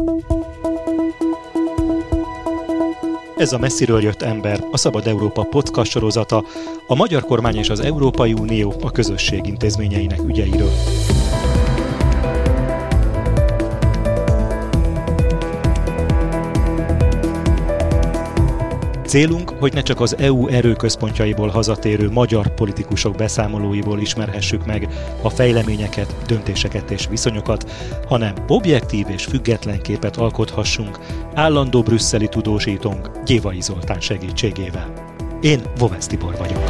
Ez a Messziről jött ember, a Szabad Európa podcast sorozata, a magyar kormány és az Európai Unió a közösség intézményeinek ügyeiről. Célunk, hogy ne csak az EU erőközpontjaiból hazatérő magyar politikusok beszámolóiból ismerhessük meg a fejleményeket, döntéseket és viszonyokat, hanem objektív és független képet alkothassunk állandó brüsszeli tudósítónk Gyévai Zoltán segítségével. Én Vovesz Tibor vagyok.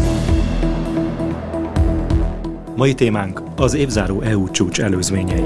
Mai témánk az évzáró EU csúcs előzményei.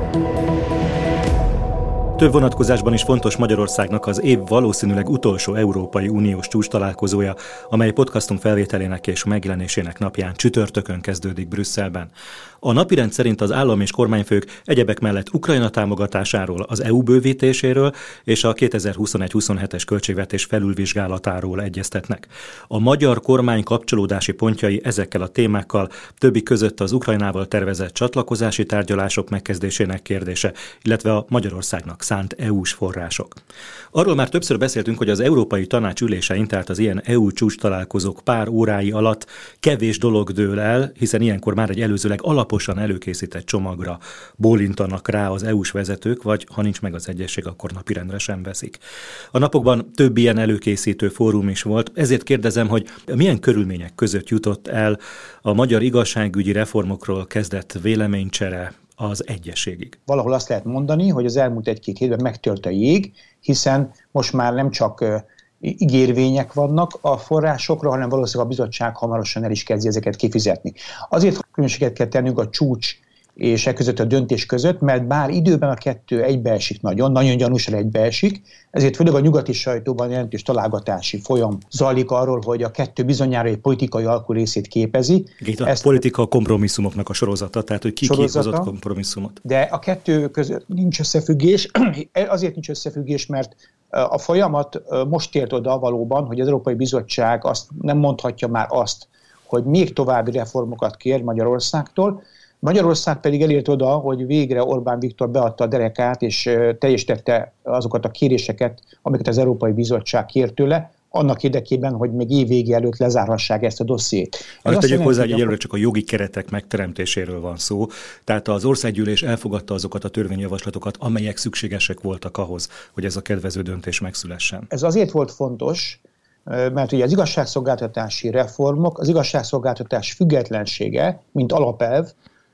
Több vonatkozásban is fontos Magyarországnak az év valószínűleg utolsó Európai Uniós csúcstalálkozója, amely podcastunk felvételének és megjelenésének napján csütörtökön kezdődik Brüsszelben. A napirend szerint az állam és kormányfők egyebek mellett Ukrajna támogatásáról, az EU bővítéséről és a 2021-27-es költségvetés felülvizsgálatáról egyeztetnek. A magyar kormány kapcsolódási pontjai ezekkel a témákkal, többik között az Ukrajnával tervezett csatlakozási tárgyalások megkezdésének kérdése, illetve a Magyarországnak szánt EU-s források. Arról már többször beszéltünk, hogy az Európai Tanács ülésein, tehát az ilyen EU csúcs találkozók pár órái alatt kevés dolog dől el, hiszen ilyenkor már egy előzőleg alaposan előkészített csomagra bólintanak rá az EU-s vezetők, vagy ha nincs meg az egyesség, akkor napirendre sem veszik. A napokban több ilyen előkészítő fórum is volt, ezért kérdezem, hogy milyen körülmények között jutott el a magyar igazságügyi reformokról kezdett véleménycsere az egyességig. Valahol azt lehet mondani, hogy az elmúlt egy-két hétben megtört a jég, hiszen most már nem csak ígérvények vannak a forrásokra, hanem valószínűleg a bizottság hamarosan el is kezdi ezeket kifizetni. Azért különbséget kell tennünk a csúcs és között a döntés között, mert bár időben a kettő egybeesik nagyon gyanúsan egybeesik, ezért főleg a nyugati sajtóban jelentős találgatási folyam zajlik arról, hogy a kettő bizonyára egy politikai alkurészét képezi. Itt a politika kompromisszumoknak a sorozata, tehát hogy ki hozott kompromisszumot. De a kettő között nincs összefüggés, azért nincs összefüggés, mert a folyamat most ért oda valóban, hogy az Európai Bizottság azt nem mondhatja már azt, hogy még további reformokat kér Magyarországtól. Magyarország pedig elért oda, hogy végre Orbán Viktor beadta a derekát, és teljesítette azokat a kéréseket, amiket az Európai Bizottság kért tőle, annak érdekében, hogy még év vége előtt lezárhassák ezt a dossziét. Azt tegyük hozzá, hogy egyelőre csak a jogi keretek megteremtéséről van szó, tehát az országgyűlés elfogadta azokat a törvényjavaslatokat, amelyek szükségesek voltak ahhoz, hogy ez a kedvező döntés megszülessen. Ez azért volt fontos, mert ugye az igazságszolgáltatási reformok, az igazságszolgáltatás függetlensége, mint alapelv,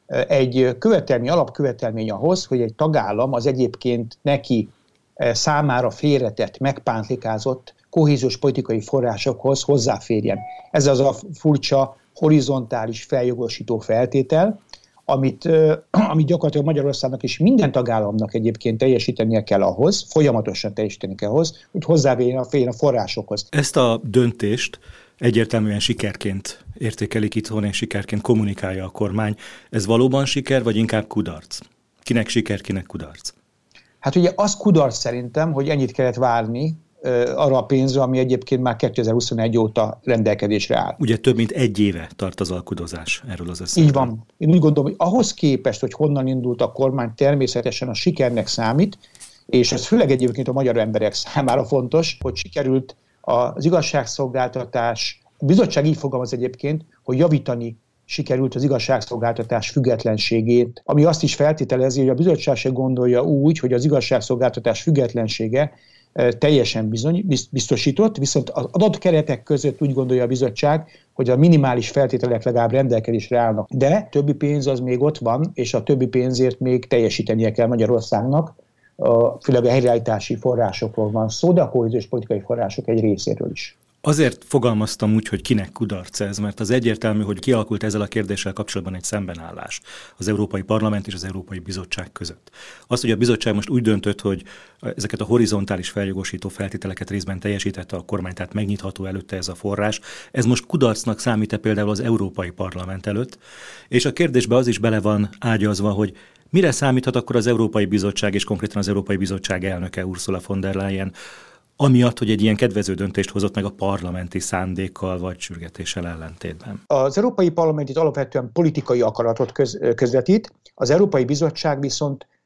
egy alapkövetelmény ahhoz, hogy egy tagállam az egyébként neki számára félretett, megpántlikázott kohéziós politikai forrásokhoz hozzáférjen. Ez az a furcsa, horizontális feljogosító feltétel, amit gyakorlatilag Magyarországnak és minden tagállamnak egyébként teljesítenie kell ahhoz, folyamatosan teljesíteni kell ahhoz, hogy hozzáférjen a forrásokhoz. Ezt a döntést egyértelműen sikerként értékelik itthon, és sikerként kommunikálja a kormány. Ez valóban siker, vagy inkább kudarc? Kinek siker, kinek kudarc? Hát ugye az kudarc szerintem, hogy ennyit kellett várni arra a pénzre, ami egyébként már 2021 óta rendelkezésre áll. Ugye több mint egy éve tart az alkudozás erről az összegről. Így van. Én úgy gondolom, hogy ahhoz képest, hogy honnan indult a kormány, természetesen a sikernek számít, és ez főleg egyébként a magyar emberek számára fontos, hogy sikerült az igazságszolgáltatás, a bizottság így fogalmaz egyébként, hogy javítani sikerült az igazságszolgáltatás függetlenségét, ami azt is feltételezi, hogy a bizottság se gondolja úgy, hogy az igazságszolgáltatás függetlensége teljesen biztosított, viszont az adott keretek között úgy gondolja a bizottság, hogy a minimális feltételek legalább rendelkezésre állnak. De többi pénz az még ott van, és a többi pénzért még teljesítenie kell Magyarországnak, főleg a helyreállítási forrásokról van szó, de a kohéziós politikai források egy részéről is. Azért fogalmaztam úgy, hogy kinek kudarc ez, mert az egyértelmű, hogy kialakult ezzel a kérdéssel kapcsolatban egy szembenállás az Európai Parlament és az Európai Bizottság között. Az, hogy a bizottság most úgy döntött, hogy ezeket a horizontális feljogosító feltételeket részben teljesítette a kormány, tehát megnyitható előtte ez a forrás, ez most kudarcnak számít-e például az Európai Parlament előtt, és a kérdésbe az is bele van ágyazva, hogy mire számíthat akkor az Európai Bizottság, és konkrétan az Európai Bizottság elnöke Ursula von der Leyen, amiatt, hogy egy ilyen kedvező döntést hozott meg a parlamenti szándékkal vagy sürgetéssel ellentétben? Az Európai Parlament itt alapvetően politikai akaratot közvetít, az Európai Bizottság viszont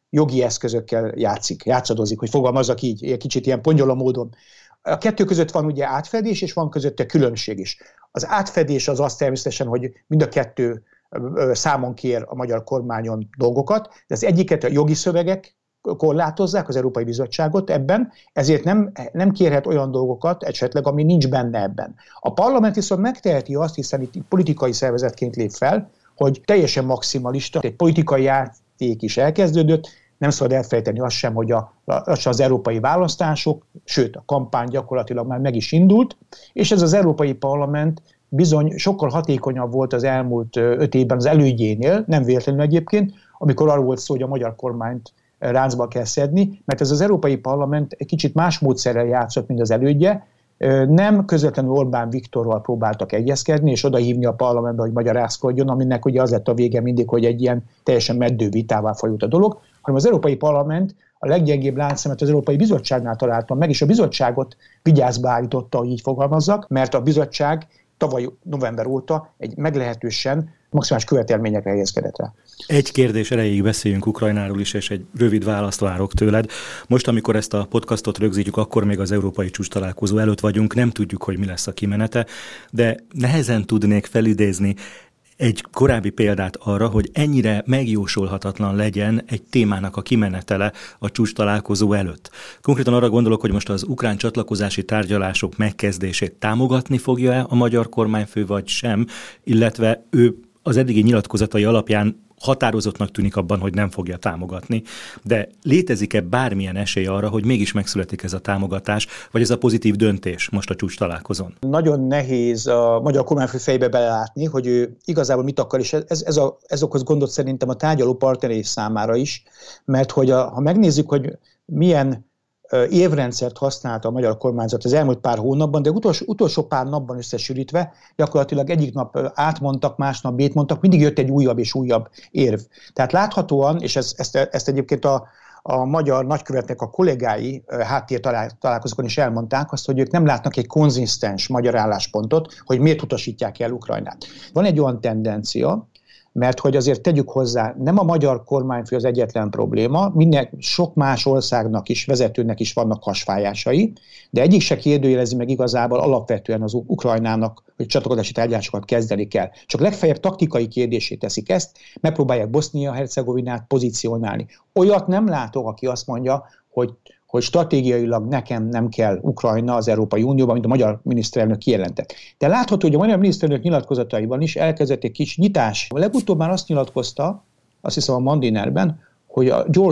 jogi eszközökkel játszadozik, hogy fogalmazzak így, egy kicsit ilyen pongyola módon. A kettő között van ugye átfedés, és van közötte különbség is. Az átfedés az azt természetesen, hogy mind a kettő számon kér a magyar kormányon dolgokat, de az egyiket a jogi szövegek korlátozzák az Európai Bizottságot ebben, ezért nem kérhet olyan dolgokat esetleg, ami nincs benne ebben. A parlament viszont megteheti azt, hiszen itt politikai szervezetként lép fel, hogy teljesen maximalista, egy politikai játék is elkezdődött, nem szabad elfelejteni azt sem, hogy az európai választások, sőt a kampány gyakorlatilag már meg is indult, és ez az Európai Parlament bizony sokkal hatékonyabb volt az elmúlt 5 évben az elődjénél, nem véletlenül egyébként, amikor arról volt szó, hogy a magyar kormányt ráncba kell szedni, mert ez az Európai Parlament egy kicsit más módszerrel játszott, mint az elődje, nem közvetlenül Orbán Viktorral próbáltak egyezkedni, és odahívni a parlamentbe, hogy magyarázkodjon, aminek ugye az lett a vége mindig, hogy egy ilyen teljesen meddő vitává fajult a dolog, hanem az Európai Parlament a leggyengébb láncszemet az Európai Bizottságnál találtam meg, és a bizottságot vigyázba állította, hogy így fogalmazzak, mert a bizottság tavaly november óta egy meglehetősen maximális követelményekre helyezkedett rá. Egy kérdés erejéig beszéljünk Ukrajnáról is, és egy rövid választ várok tőled. Most, amikor ezt a podcastot rögzítjük, akkor még az európai csúcstalálkozó előtt vagyunk, nem tudjuk, hogy mi lesz a kimenete, de nehezen tudnék felidézni egy korábbi példát arra, hogy ennyire megjósolhatatlan legyen egy témának a kimenetele a csúcstalálkozó előtt. Konkrétan arra gondolok, hogy most az ukrán csatlakozási tárgyalások megkezdését támogatni fogja-e a magyar kormányfő, vagy sem, illetve ő az eddigi nyilatkozatai alapján határozottnak tűnik abban, hogy nem fogja támogatni, de létezik-e bármilyen esély arra, hogy mégis megszületik ez a támogatás, vagy ez a pozitív döntés most a csúcstalálkozón? Nagyon nehéz a magyar kormányfő fejbe belelátni, hogy ő igazából mit akar, és ez okoz gondot szerintem a tárgyaló partnerei számára is, mert hogy ha megnézzük, hogy milyen évrendszert használta a magyar kormányzat az elmúlt pár hónapban, de utolsó pár napban összesűrítve gyakorlatilag egyik nap átmondtak, másnap bét mondtak, mindig jött egy újabb és újabb érv. Tehát láthatóan, és ezt egyébként a magyar nagykövetnek a kollégái háttértalálkozókon is elmondták azt, hogy ők nem látnak egy konzisztens magyar álláspontot, hogy miért utasítják el Ukrajnát. Van egy olyan tendencia, mert hogy azért tegyük hozzá, nem a magyar kormányfő az egyetlen probléma, sok más országnak is, vezetőnek is vannak hasfájásai, de egyik se kérdőjelezi meg igazából alapvetően az Ukrajnának, hogy csatlakozási tárgyalásokat kezdeni kell. Csak legfeljebb taktikai kérdésé teszik ezt, megpróbálják Bosznia-Hercegovinát pozícionálni. Olyat nem látok, aki azt mondja, hogy stratégiailag nekem nem kell Ukrajna az Európai Unióban, mint a magyar miniszterelnök kijelentett. De látható, hogy a magyar miniszterelnök nyilatkozataiban is elkezdett egy kis nyitás. Legutóbb már azt nyilatkozta, azt hiszem a Mandinerben, hogy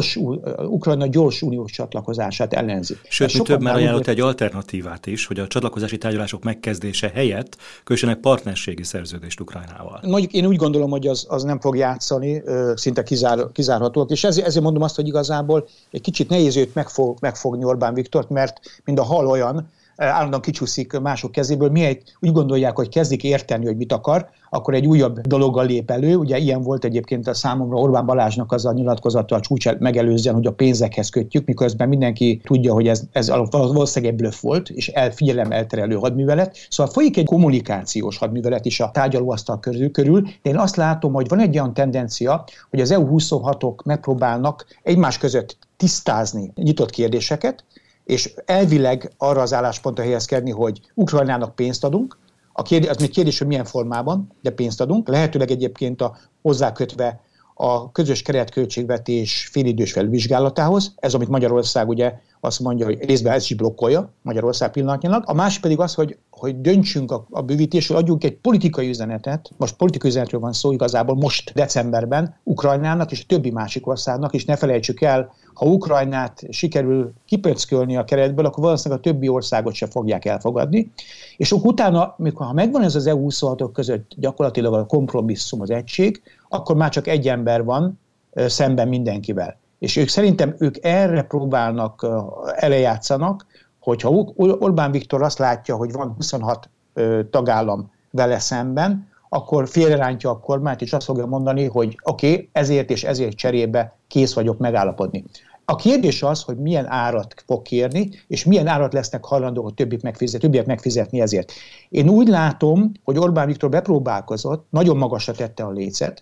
Ukrajna gyors uniós csatlakozását ellenzi. Sőt, több már ajánlott egy alternatívát is, hogy a csatlakozási tárgyalások megkezdése helyett kössenek partnerségi szerződést Ukrajnával. Én úgy gondolom, hogy az nem fog játszani, szinte kizárhatóak, és ezért mondom azt, hogy igazából egy kicsit nehéz őt megfogni Orbán Viktort, mert mind a hal olyan, állandóan kicsúszik mások kezéből, mihelyt úgy gondolják, hogy kezdik érteni, hogy mit akar, akkor egy újabb dologgal lép elő. Ugye ilyen volt egyébként a számomra Orbán Balázsnak az a nyilatkozata a csúcs megelőzően, hogy a pénzekhez kötjük, miközben mindenki tudja, hogy ez valószínűleg egy blöff volt, és figyelem elterelő hadművelet. Szóval folyik egy kommunikációs hadművelet is a tárgyalóasztal körül, de én azt látom, hogy van egy olyan tendencia, hogy az EU26-ok megpróbálnak egymás között tisztázni nyitott kérdéseket, és elvileg arra az álláspontra helyezkedni, hogy Ukrajnának pénzt adunk, az még kérdés, hogy milyen formában, de pénzt adunk, lehetőleg egyébként hozzákötve a közös keretköltségvetés félidős felvizsgálatához, ez amit Magyarország ugye azt mondja, hogy részben ezt is blokkolja Magyarország pillanatnyilag. A másik pedig az, hogy döntsünk a bővítésről, adjunk egy politikai üzenetet, most politikai üzenetről van szó igazából most decemberben Ukrajnának és a többi másik országnak, és ne felejtsük el, ha Ukrajnát sikerül kipöckölni a keretből, akkor valószínűleg a többi országot sem fogják elfogadni. És utána, ha megvan ez az EU26-ok között gyakorlatilag a kompromisszum, az egység, akkor már csak egy ember van szemben mindenkivel. És szerintem ők erre próbálnak, elejátszanak, hogyha Orbán Viktor azt látja, hogy van 26 tagállam vele szemben, akkor félrerántja a kormányt, és azt fogja mondani, hogy oké, ezért és ezért cserébe kész vagyok megállapodni. A kérdés az, hogy milyen árat fog kérni, és milyen árat lesznek hajlandók a többiek megfizetni ezért. Én úgy látom, hogy Orbán Viktor bepróbálkozott, nagyon magasra tette a lécet,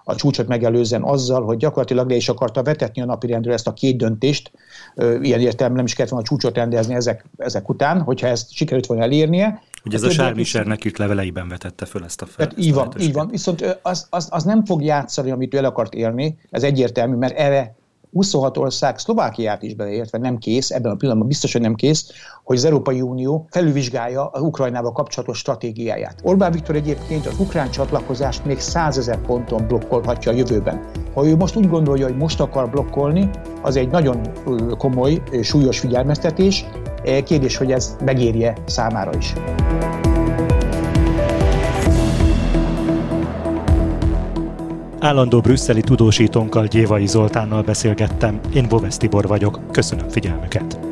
a csúcsot megelőzően azzal, hogy gyakorlatilag le is akarta vetetni a napirendről ezt a 2 döntést, ilyen értelemben nem is kellett volna a csúcsot rendezni ezek után, hogyha ezt sikerült volna elérnie. Ugye ez a Charles Michelnek írt leveleiben vetette föl ezt a fel. Így van. Viszont az nem fog játszani, amit ő el akart élni, ez egyértelmű, mert erre 26 ország, Szlovákiát is beleértve nem kész, ebben a pillanatban biztos, hogy nem kész, hogy az Európai Unió felülvizsgálja az Ukrajnával kapcsolatos stratégiáját. Orbán Viktor egyébként az ukrán csatlakozást még 100 000 ponton blokkolhatja a jövőben. Ha ő most úgy gondolja, hogy most akar blokkolni, az egy nagyon komoly, súlyos figyelmeztetés. Kérdés, hogy ez megérje számára is. Állandó brüsszeli tudósítónkkal, Gyévai Zoltánnal beszélgettem. Én Bovesz Tibor vagyok. Köszönöm figyelmüket.